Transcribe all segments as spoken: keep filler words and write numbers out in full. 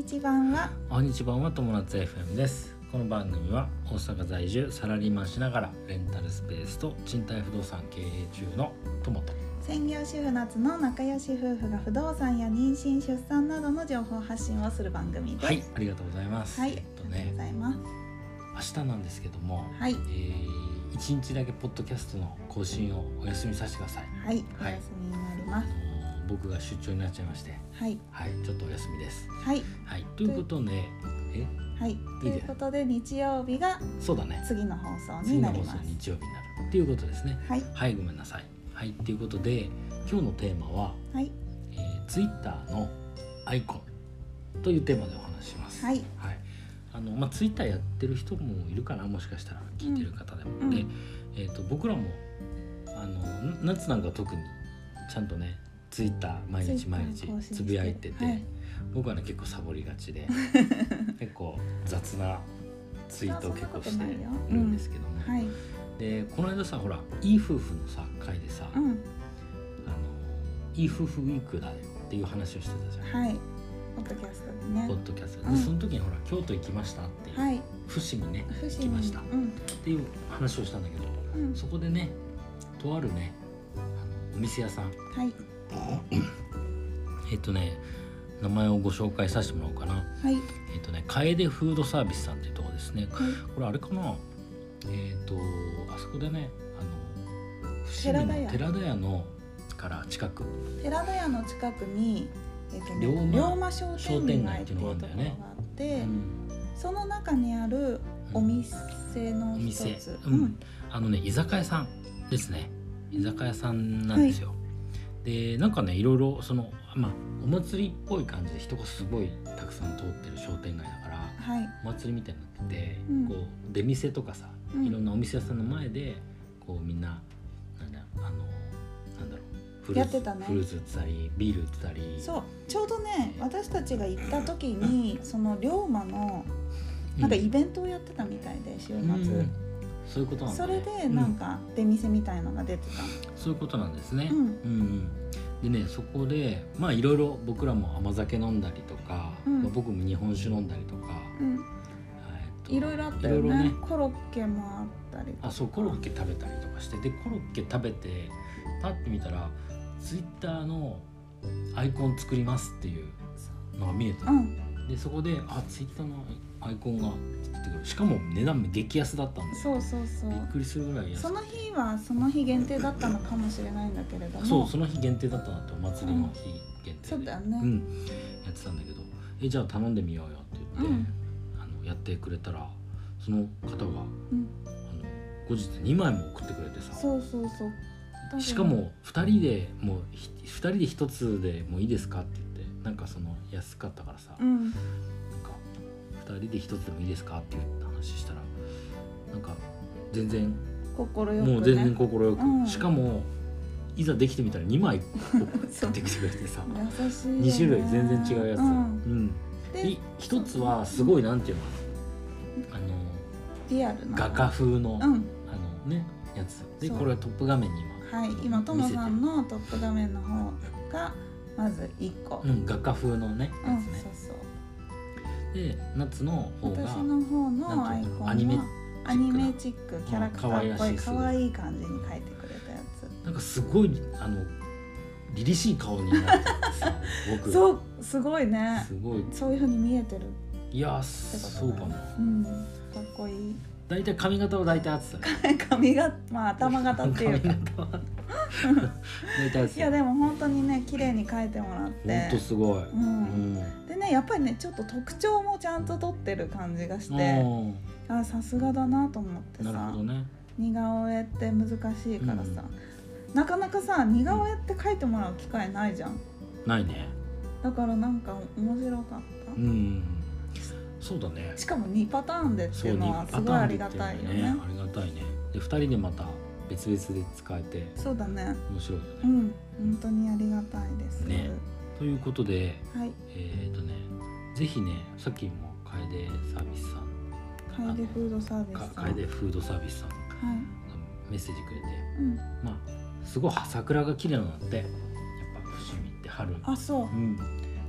ち版はおはにち版は友達 エフエム です。この番組は大阪在住サラリーマンしながらレンタルスペースと賃貸不動産経営中の友と専業主婦夏の仲良し夫婦が不動産や妊娠出産などの情報発信をする番組です。 はい、ありがとうございます。 はい、 えっとね、 ありがとうございます。 明日なんですけども、 はい、 えー、いちにちだけポッドキャストの更新をお休みさせてください。 はい、 はい、 お休みになります。 あのー、僕が出張になっちゃいまして、 はい、 はい、ちょっとお休みです。 はい、 はい、ということで、え、 はい、ということで日曜日がそうだね。 次の放送になります。 次の放送日曜日になるっていうことですね。 はい、 はい、ごめんなさい。はい、ということで今日のテーマは、 はい、 えー、Twitter のアイコンというテーマでお話しします。 はい、 はい、あのまあ Twitter やってる人もいるかな、もしかしたら聞いてる方でも、 うん、 で、えーと、僕らもあの夏なんか特にちゃんとね Twitter 毎日毎日つぶやいてて、はい、僕はね結構サボりがちで結構雑なツイートを結構してるんですけども、うん、はい、でこの間さ、ほらいい夫婦のさ会でさ、うん、あのいい夫婦ウィークだよっていう話をしてたじゃん。 はい、ポッドキャストでね。 ポッドキャストで、 うん、 その時にほら京都行きましたっていう、はい、伏見ね行きました、うん、っていう話をしたんだけど、うん、そこでねとあるねあのお店屋さん、はい、えっとね名前をご紹介させてもらおうかな。はい、えっとね楓フードサービスさんっていうところですね。はい、これあれかな、えっとあそこでねあの伏見の寺田屋のから近く、 寺田屋の近くに、えーとね、龍馬商店街っていうところがあって、うん、その中にあるお店の一つ、 うんうん、あのね居酒屋さんですね。居酒屋さんなんですよ。はい、でなんかねいろいろそのまあお祭りっぽい感じで人がすごいたくさん通ってる商店街だから、はい、お祭りみたいになってて、うん、こう出店とかさ、うん、いろんなお店屋さんの前でこうみんななんだあのなんだろうフルーツ、やってたね、フルーツ売ってたりビール売ってたり、 そうちょうどね私たちが行った時にその龍馬のなんかイベントをやってたみたいで、週末、うん、 そういうことなんだね。 それでなんか出店みたいのが出てた、うん、 そういうことなんですね。うんうん、でねそこでまあいろいろ僕らも甘酒飲んだりとか、うんまあ、僕も日本酒飲んだりとか、うん、 えっといろいろあったよ ね, ねコロッケもあったりとか、 あそうコロッケ食べたりとかして、でコロッケ食べてパッて見たらツイッターのアイコン作りますっていうのが見えた、うん、でそこであツイッターのアイコンが出てくる、しかも値段も激安だったんで、 そうそうそうびっくりするぐらい安くて、 その日はその日限定だったのかもしれないんだけれども、 そうその日限定だったなって、お祭りの日限定で、うん、 そうだよね、 うん、やってたんだけど、えじゃあ頼んでみようよって言って、うん、あのやってくれたらその方が、うん、あの後日にまいも送ってくれてさ、 そうそうそうしかもふたりでもうふたりでひとつでもういいですかって言って、なんかその安かったからさ、うん、なんかふたりでひとつでもいいですかっていう話したら、なんか全然心よく、ね、 もう全然心よく、うん、しかもいざできてみたらにまい送ってきてくれてさ優しい、ね、 にしゅるい全然違うやつ、うんうん、でひとつはすごいなんていうの、あのリアルな画家風の、うん、あのねやつで、これはトップ画面に今、はい、今トモさんのトップ画面の方がまずいっこ、 うん、画家風のねやつね、うん、そうそうで夏の方が私の方のアイコンはアニメアニメチックキャラクターっぽい可愛い感じに描いてくれたやつ、 なんかすごいあの凛々しい顔になってさ僕そうすごいね、 すごいそういう風に見えてる、 いやそうかな、 うん、かっこいい。 だいたい髪型はだいたい合ってたね髪型、まあ頭型っていうかいやでも本当にね綺麗に描いてもらって、 本当すごい、うんうん、でねやっぱりねちょっと特徴もちゃんと取ってる感じがして、あさすがだなと思ってさ、 なるほどね、 似顔絵って難しいからさ、うん、なかなかさ似顔絵って描いてもらう機会ないじゃん。 ないね。 だからなんか面白かった、うん、 そうだね。 しかもにパターンでっていうのはすごいありがたいよね。 ありがたいね。でふたりでまた別々で使えて、 そうだね、 面白いよね。 うん、本当にありがたいですね。ということで、はい、えっとねぜひねさっきも楓サービスさん、 楓フードサービスさん、 楓フードサービスさんがメッセージくれて、 うん、 まあすごい桜が綺麗なのって、やっぱ伏見って春、 あそう、うん、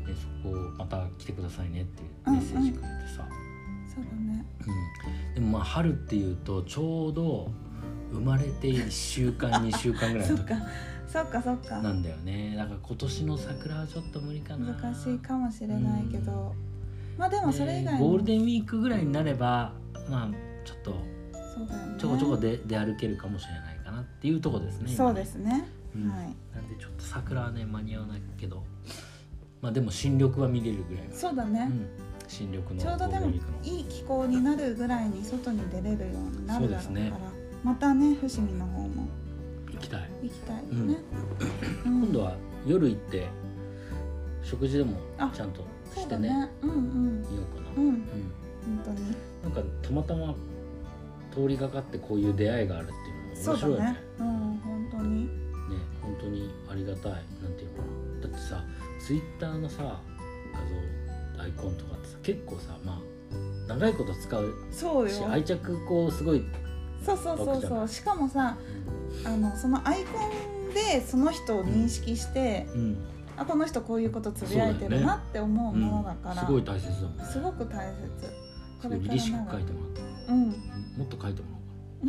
でそこまた来てくださいねっていうメッセージくれてさ、 うんうん、そうだね、 うん、でもまあ春っていうとちょうど生まれていっしゅうかんにしゅうかんぐらいの時そっかそっかなんだよね。だから今年の桜はちょっと無理かな、 難しいかもしれないけど、うん、まあでもそれ以外ゴールデンウィークぐらいになればまあちょっとちょこちょこで出歩けるかもしれないかなっていうところですね。 そうですね、 うん、はい。なんでちょっと桜はね間に合わないけど、まあでも新緑は見れるぐらい。 そうだね、うん、 新緑のちょうどでもいい気候になるぐらいに外に出れるようになるだろうから、ね、またね伏見の方も行きたい行きたいよね、 うん、今度は夜行って食事でもちゃんとしてね、 ね、うんうん、 いようかな、 うんうん、本当になんかたまたま通りがかってこういう出会いがあるっていうのも面白いよね。 そうだね、うん、本当にね、本当にありがたい。なんていうのかな、だってさツイッターのさ画像アイコンとかってさ結構さまあ長いこと使うし、 そうよ、 愛着こうすごい、 そうそうそうそう、しかもさ、うん、あのそのアイコンでその人を認識して、うん、あこの人こういうことつぶやいてるなって思うものだから、 ね、うん、すごい大切だもんね。 すごく大切。 これ凛々しく書いてもらった、うん、もっと書いてもらおうか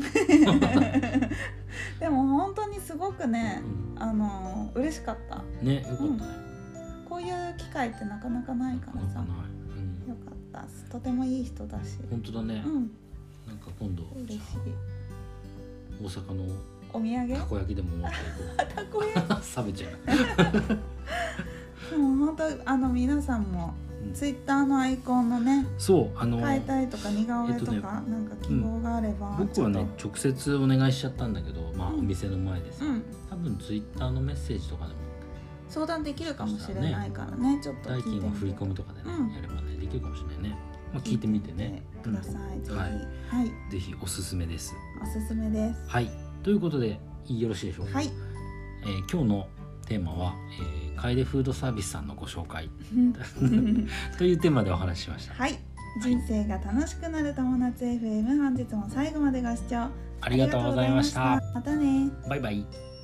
でも本当にすごくね、うん、あの嬉しかったね。よかったね、うん、 こういう機会ってなかなかないからさ、うん、よかった。とてもいい人だし。 本当だね、うん、なんか今度嬉しい。 大阪のお土産たこ焼きでも持っていこうたこ焼き冷めちゃうでも本当あの皆さんもツイッターのアイコンのね、 そうあの変えたいとか似顔絵とか、えっとね、なんか希望があれば、 うん、僕はね直接お願いしちゃったんだけど、まあ、うん、お店の前でさ、うん、多分ツイッターのメッセージとかでも相談できるかもしれないからね、ねちょっと聞いてみて、 代金は振り込みとかでね、うん、やればねできるかもしれないね。まあ、聞いてみてねください、うん、ぜひ、はい、 はい、ぜひおすすめです。 おすすめです。 はい、ということでよろしいでしょうか。 はい、 えー、今日のテーマは、えー、楓フードサービスさんのご紹介というテーマでお話ししました。 はい、人生が楽しくなる友達 エフエム、本日も最後までご視聴ありがとうございました。 またね。 バイバイ。